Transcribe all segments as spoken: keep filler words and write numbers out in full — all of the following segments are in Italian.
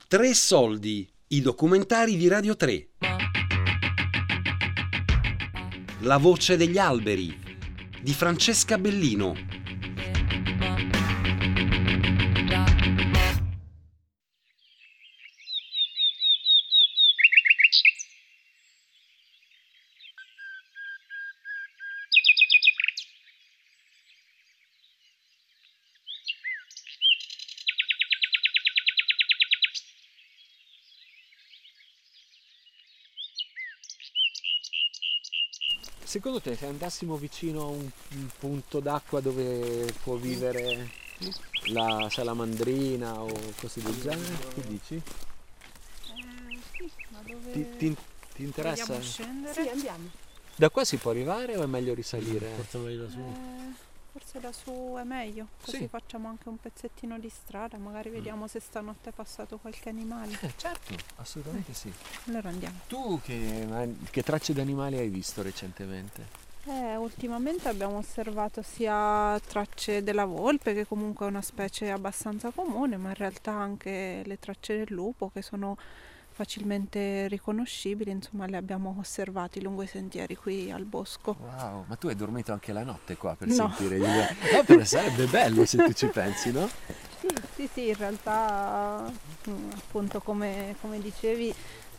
Tre soldi, i documentari di Radio tre. La voce degli alberi di Francesca Bellino. Secondo te, se andassimo vicino a un, un punto d'acqua dove può vivere la salamandrina o cose del genere, che dici? Eh, sì, ma dove... Ti, ti, ti interessa? Vogliamo scendere? Sì, andiamo. Da qua si può arrivare o è meglio risalire? Forse meglio da su. Eh, forse da su è meglio, così Sì. facciamo anche un pezzettino di strada, magari vediamo se stanotte è passato qualche animale. Eh, certo, assolutamente sì. Allora andiamo. Tu che, che tracce di animali hai visto recentemente? Eh, ultimamente abbiamo osservato sia tracce della volpe, che comunque è una specie abbastanza comune, ma in realtà anche le tracce del lupo, che sono facilmente riconoscibili, insomma le abbiamo osservati lungo i sentieri qui al bosco. Wow, ma tu hai dormito anche la notte qua per No. sentire gli... No, però sarebbe bello se tu ci pensi, no? Sì, sì, sì, in realtà mm, appunto come, come dicevi,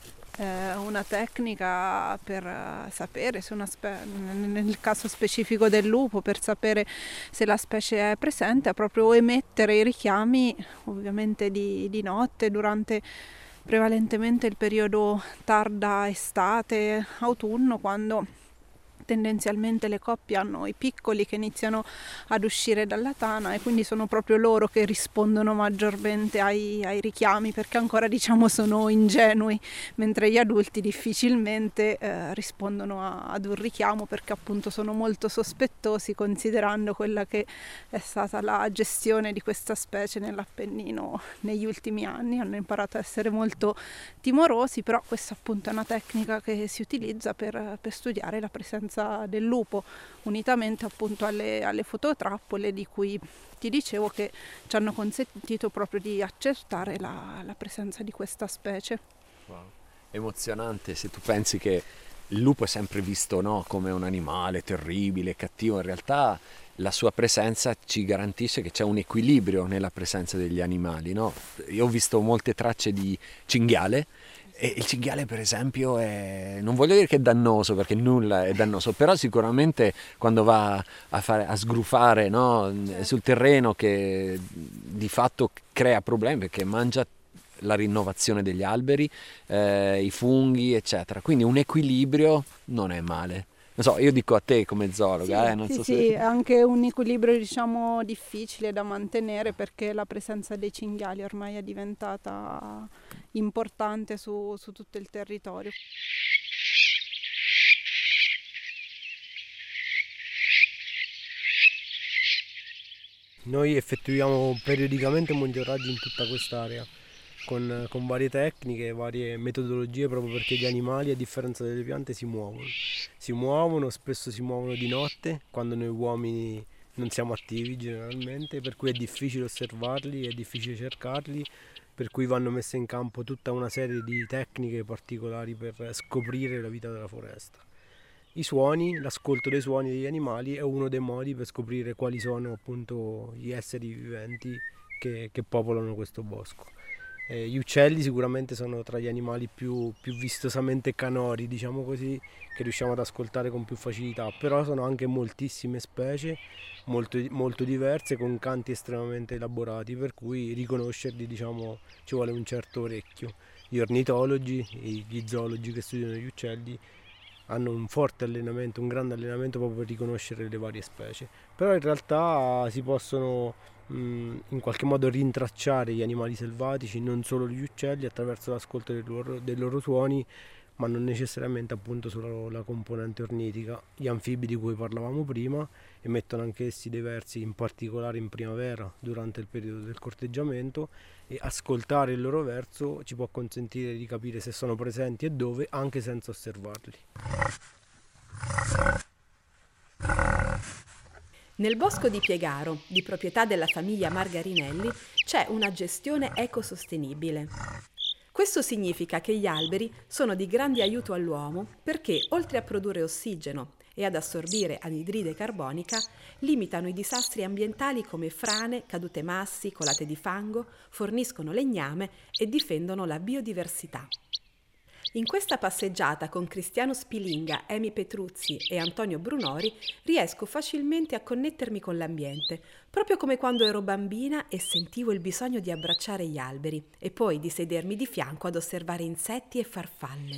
eh, una tecnica per eh, sapere se una specie, nel caso specifico del lupo, per sapere se la specie è presente, è proprio emettere i richiami, ovviamente di, di notte, durante prevalentemente il periodo tarda estate, autunno, quando tendenzialmente le coppie hanno i piccoli che iniziano ad uscire dalla tana, e quindi sono proprio loro che rispondono maggiormente ai, ai richiami, perché ancora diciamo sono ingenui, mentre gli adulti difficilmente eh, rispondono a, ad un richiamo, perché appunto sono molto sospettosi, considerando quella che è stata la gestione di questa specie nell'Appennino negli ultimi anni. Hanno imparato a essere molto timorosi, però questa appunto è una tecnica che si utilizza per, per studiare la presenza del lupo, unitamente appunto alle, alle fototrappole di cui ti dicevo, che ci hanno consentito proprio di accertare la, la presenza di questa specie. Wow. Emozionante se tu pensi che il lupo è sempre visto, no, come un animale terribile, cattivo. In realtà la sua presenza ci garantisce che c'è un equilibrio nella presenza degli animali, no? Io ho visto molte tracce di cinghiale, e il cinghiale per esempio è, non voglio dire che è dannoso, perché nulla è dannoso, però sicuramente quando va a, fare, a sgrufare, no, sul terreno, che di fatto crea problemi perché mangia la rinnovazione degli alberi, eh, i funghi eccetera, quindi un equilibrio non è male. Non so, io dico a te come zoologa, Sì, eh, non sì, so sì, se... è anche un equilibrio diciamo difficile da mantenere, perché la presenza dei cinghiali ormai è diventata importante su, su tutto il territorio. Noi effettuiamo periodicamente monitoraggi in tutta quest'area con, con varie tecniche, varie metodologie, proprio perché gli animali, a differenza delle piante, si muovono. Si muovono, spesso si muovono di notte, quando noi uomini non siamo attivi generalmente, per cui è difficile osservarli, è difficile cercarli, per cui vanno messe in campo tutta una serie di tecniche particolari per scoprire la vita della foresta. I suoni, l'ascolto dei suoni degli animali è uno dei modi per scoprire quali sono appunto gli esseri viventi che, che popolano questo bosco. Eh, gli uccelli sicuramente sono tra gli animali più, più vistosamente canori, diciamo così, che riusciamo ad ascoltare con più facilità, però sono anche moltissime specie, molto, molto diverse, con canti estremamente elaborati, per cui riconoscerli, diciamo, ci vuole un certo orecchio. Gli ornitologi, gli zoologi che studiano gli uccelli hanno un forte allenamento, un grande allenamento proprio per riconoscere le varie specie, però in realtà si possono mh, in qualche modo rintracciare gli animali selvatici, non solo gli uccelli, attraverso l'ascolto dei loro, dei loro suoni, ma non necessariamente appunto solo la componente ornitica. Gli anfibi di cui parlavamo prima emettono anch'essi dei versi, in particolare in primavera, durante il periodo del corteggiamento, e ascoltare il loro verso ci può consentire di capire se sono presenti e dove, anche senza osservarli. Nel bosco di Piegaro, di proprietà della famiglia Margarinelli, c'è una gestione ecosostenibile. Questo significa che gli alberi sono di grande aiuto all'uomo perché, oltre a produrre ossigeno e ad assorbire anidride carbonica, limitano i disastri ambientali come frane, cadute massi, colate di fango, forniscono legname e difendono la biodiversità. In questa passeggiata con Cristiano Spilinga, Emi Petruzzi e Antonio Brunori riesco facilmente a connettermi con l'ambiente, proprio come quando ero bambina e sentivo il bisogno di abbracciare gli alberi e poi di sedermi di fianco ad osservare insetti e farfalle.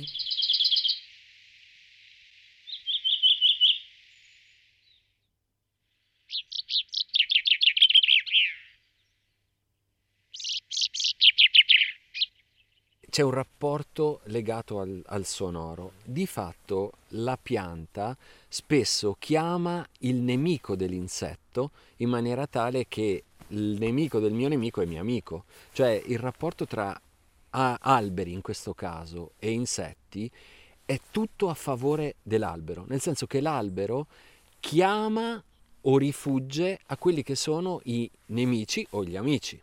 C'è un rapporto legato al, al sonoro. Di fatto la pianta spesso chiama il nemico dell'insetto in maniera tale che il nemico del mio nemico è mio amico. Cioè il rapporto tra a, alberi in questo caso e insetti è tutto a favore dell'albero, nel senso che l'albero chiama o rifugge a quelli che sono i nemici o gli amici.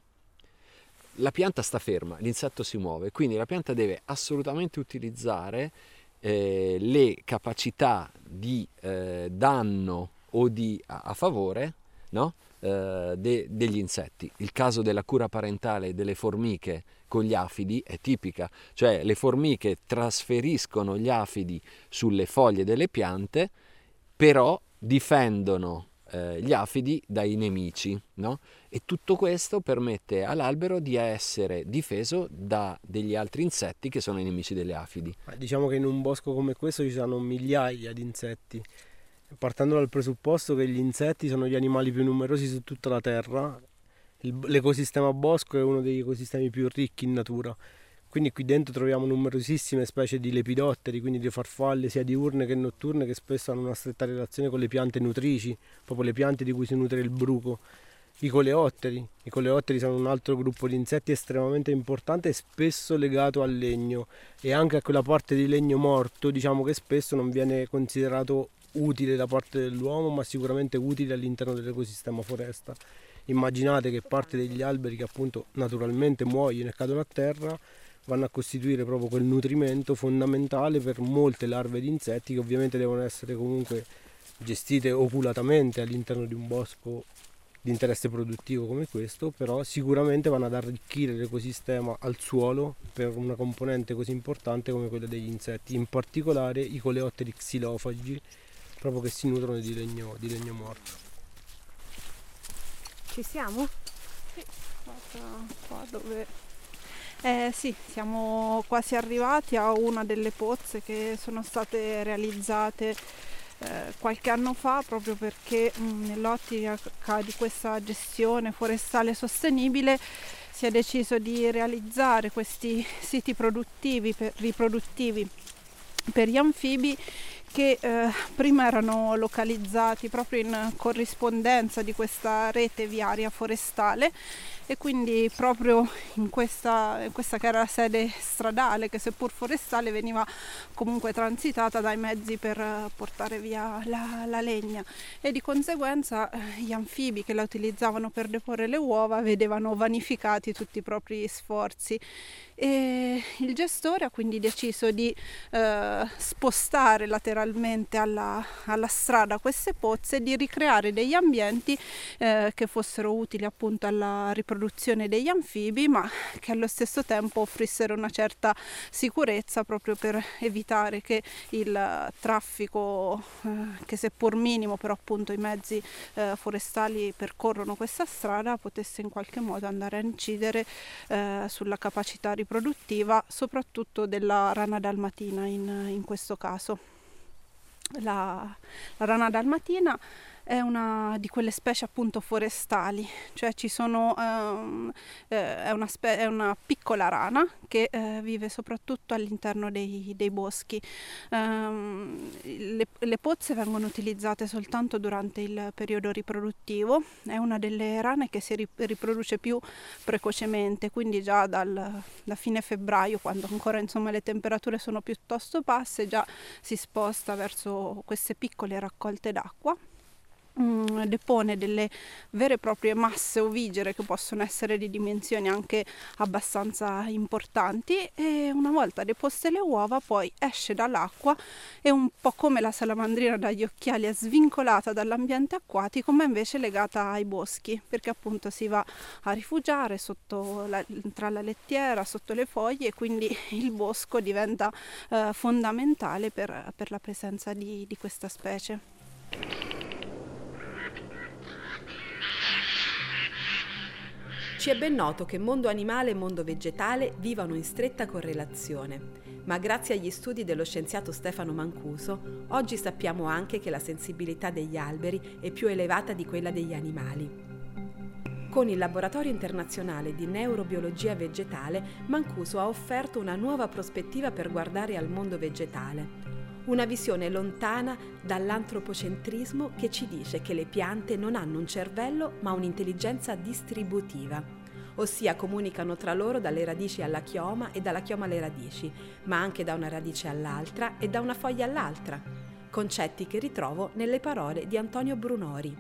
La pianta sta ferma, l'insetto si muove, quindi la pianta deve assolutamente utilizzare eh, le capacità di eh, danno o di a, a favore, no? eh, de, degli insetti. Il caso della cura parentale delle formiche con gli afidi è tipica, cioè le formiche trasferiscono gli afidi sulle foglie delle piante, però difendono eh, gli afidi dai nemici, no? E tutto questo permette all'albero di essere difeso da degli altri insetti che sono i nemici delle afidi. Diciamo che in un bosco come questo ci sono migliaia di insetti, partendo dal presupposto che gli insetti sono gli animali più numerosi su tutta la Terra. Il, l'ecosistema bosco è uno degli ecosistemi più ricchi in natura, quindi qui dentro troviamo numerosissime specie di lepidotteri, quindi di farfalle sia diurne che notturne, che spesso hanno una stretta relazione con le piante nutrici, proprio le piante di cui si nutre il bruco. I coleotteri. I coleotteri sono un altro gruppo di insetti estremamente importante e spesso legato al legno, e anche a quella parte di legno morto, diciamo, che spesso non viene considerato utile da parte dell'uomo, ma sicuramente utile all'interno dell'ecosistema foresta. Immaginate che parte degli alberi che appunto naturalmente muoiono e cadono a terra vanno a costituire proprio quel nutrimento fondamentale per molte larve di insetti, che ovviamente devono essere comunque gestite oculatamente all'interno di un bosco di interesse produttivo come questo, però sicuramente vanno ad arricchire l'ecosistema al suolo per una componente così importante come quella degli insetti, in particolare i coleotteri xilofagi, proprio che si nutrono di legno, di legno morto. Ci siamo? Sì, guarda qua dove... Eh sì, siamo quasi arrivati a una delle pozze che sono state realizzate Eh, qualche anno fa, proprio perché mh, nell'ottica di questa gestione forestale sostenibile si è deciso di realizzare questi siti produttivi per, riproduttivi per gli anfibi che eh, prima erano localizzati proprio in corrispondenza di questa rete viaria forestale, e quindi proprio in questa, in questa che era la sede stradale, che seppur forestale veniva comunque transitata dai mezzi per portare via la, la legna, e di conseguenza eh, gli anfibi che la utilizzavano per deporre le uova vedevano vanificati tutti i propri sforzi, e il gestore ha quindi deciso di eh, spostare lateralmente alla, alla strada queste pozze e di ricreare degli ambienti eh, che fossero utili appunto alla riproduzione degli anfibi, ma che allo stesso tempo offrissero una certa sicurezza, proprio per evitare che il traffico, eh, che seppur minimo, però appunto i mezzi eh, forestali percorrono questa strada, potesse in qualche modo andare a incidere eh, sulla capacità riproduttiva, soprattutto della rana dalmatina in, in questo caso. La, la rana dalmatina è una di quelle specie appunto forestali, cioè ci sono um, eh, è, una spe- è una piccola rana che eh, vive soprattutto all'interno dei, dei boschi. Um, le, le pozze vengono utilizzate soltanto durante il periodo riproduttivo, è una delle rane che si riproduce più precocemente, quindi già dal, da fine febbraio, quando ancora insomma le temperature sono piuttosto basse, già si sposta verso queste piccole raccolte d'acqua. mh, depone delle vere e proprie masse ovigere che possono essere di dimensioni anche abbastanza importanti, e una volta deposte le uova poi esce dall'acqua e, un po' come la salamandrina dagli occhiali, è svincolata dall'ambiente acquatico, ma invece legata ai boschi, perché appunto si va a rifugiare sotto la, tra la lettiera, sotto le foglie, e quindi il bosco diventa eh, fondamentale per, per la presenza di, di questa specie. Ci è ben noto che mondo animale e mondo vegetale vivano in stretta correlazione, ma grazie agli studi dello scienziato Stefano Mancuso, oggi sappiamo anche che la sensibilità degli alberi è più elevata di quella degli animali. Con il Laboratorio Internazionale di Neurobiologia Vegetale, Mancuso ha offerto una nuova prospettiva per guardare al mondo vegetale. Una visione lontana dall'antropocentrismo che ci dice che le piante non hanno un cervello ma un'intelligenza distributiva, ossia comunicano tra loro dalle radici alla chioma e dalla chioma alle radici, ma anche da una radice all'altra e da una foglia all'altra, concetti che ritrovo nelle parole di Antonio Brunori.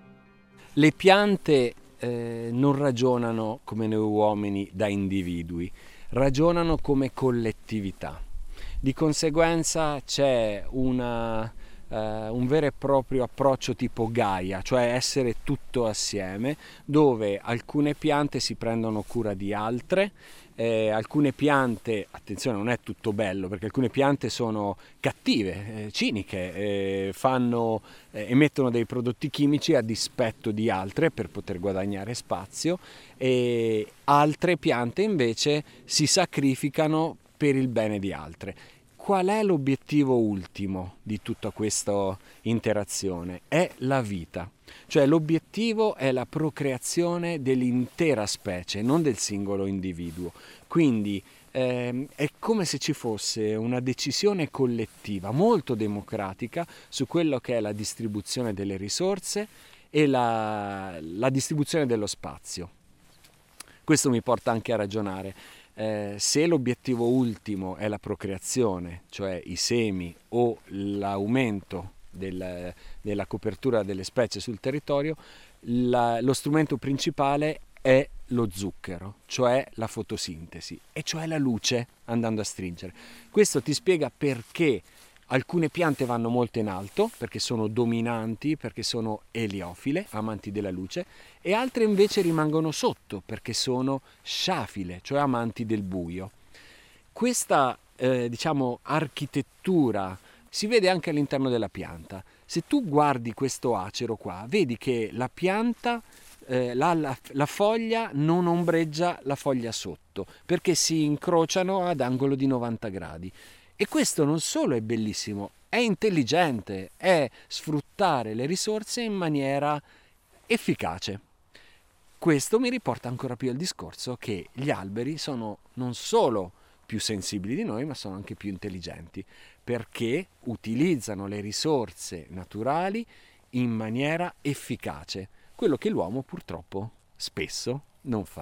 Le piante eh, non ragionano come noi uomini da individui, ragionano come collettività. Di conseguenza c'è una, uh, un vero e proprio approccio tipo Gaia, cioè essere tutto assieme, dove alcune piante si prendono cura di altre, eh, alcune piante, attenzione, non è tutto bello, perché alcune piante sono cattive, eh, ciniche, eh, fanno, eh, emettono dei prodotti chimici a dispetto di altre per poter guadagnare spazio, e altre piante invece si sacrificano per il bene di altre. Qual è l'obiettivo ultimo di tutta questa interazione? È la vita, cioè l'obiettivo è la procreazione dell'intera specie, non del singolo individuo. Quindi ehm, è come se ci fosse una decisione collettiva molto democratica su quello che è la distribuzione delle risorse e la, la distribuzione dello spazio. Questo mi porta anche a ragionare. Eh, se l'obiettivo ultimo è la procreazione, cioè i semi o l'aumento del, della copertura delle specie sul territorio, la, lo strumento principale è lo zucchero, cioè la fotosintesi, e cioè la luce andando a stringere. Questo ti spiega perché alcune piante vanno molto in alto, perché sono dominanti, perché sono eliofile, amanti della luce, e altre invece rimangono sotto, perché sono sciafile, cioè amanti del buio. Questa, eh, diciamo, architettura si vede anche all'interno della pianta. Se tu guardi questo acero qua, vedi che la pianta, eh, la, la, la foglia non ombreggia la foglia sotto, perché si incrociano ad angolo di novanta gradi. E questo non solo è bellissimo, è intelligente, è sfruttare le risorse in maniera efficace. Questo mi riporta ancora più al discorso che gli alberi sono non solo più sensibili di noi, ma sono anche più intelligenti, perché utilizzano le risorse naturali in maniera efficace, quello che l'uomo purtroppo spesso non fa.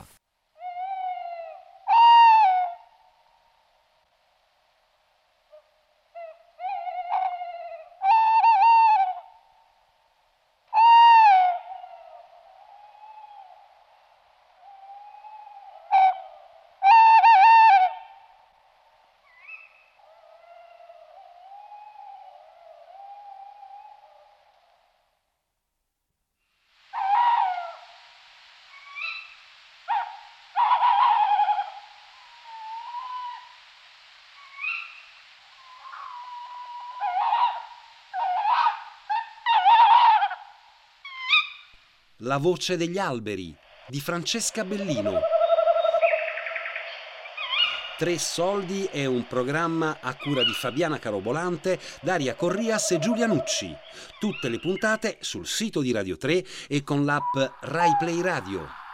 La voce degli alberi di Francesca Bellino. Tre soldi è un programma a cura di Fabiana Carobolante, Daria Corrias e Giulia Nucci. Tutte le puntate sul sito di Radio tre e con l'app Rai Play Radio.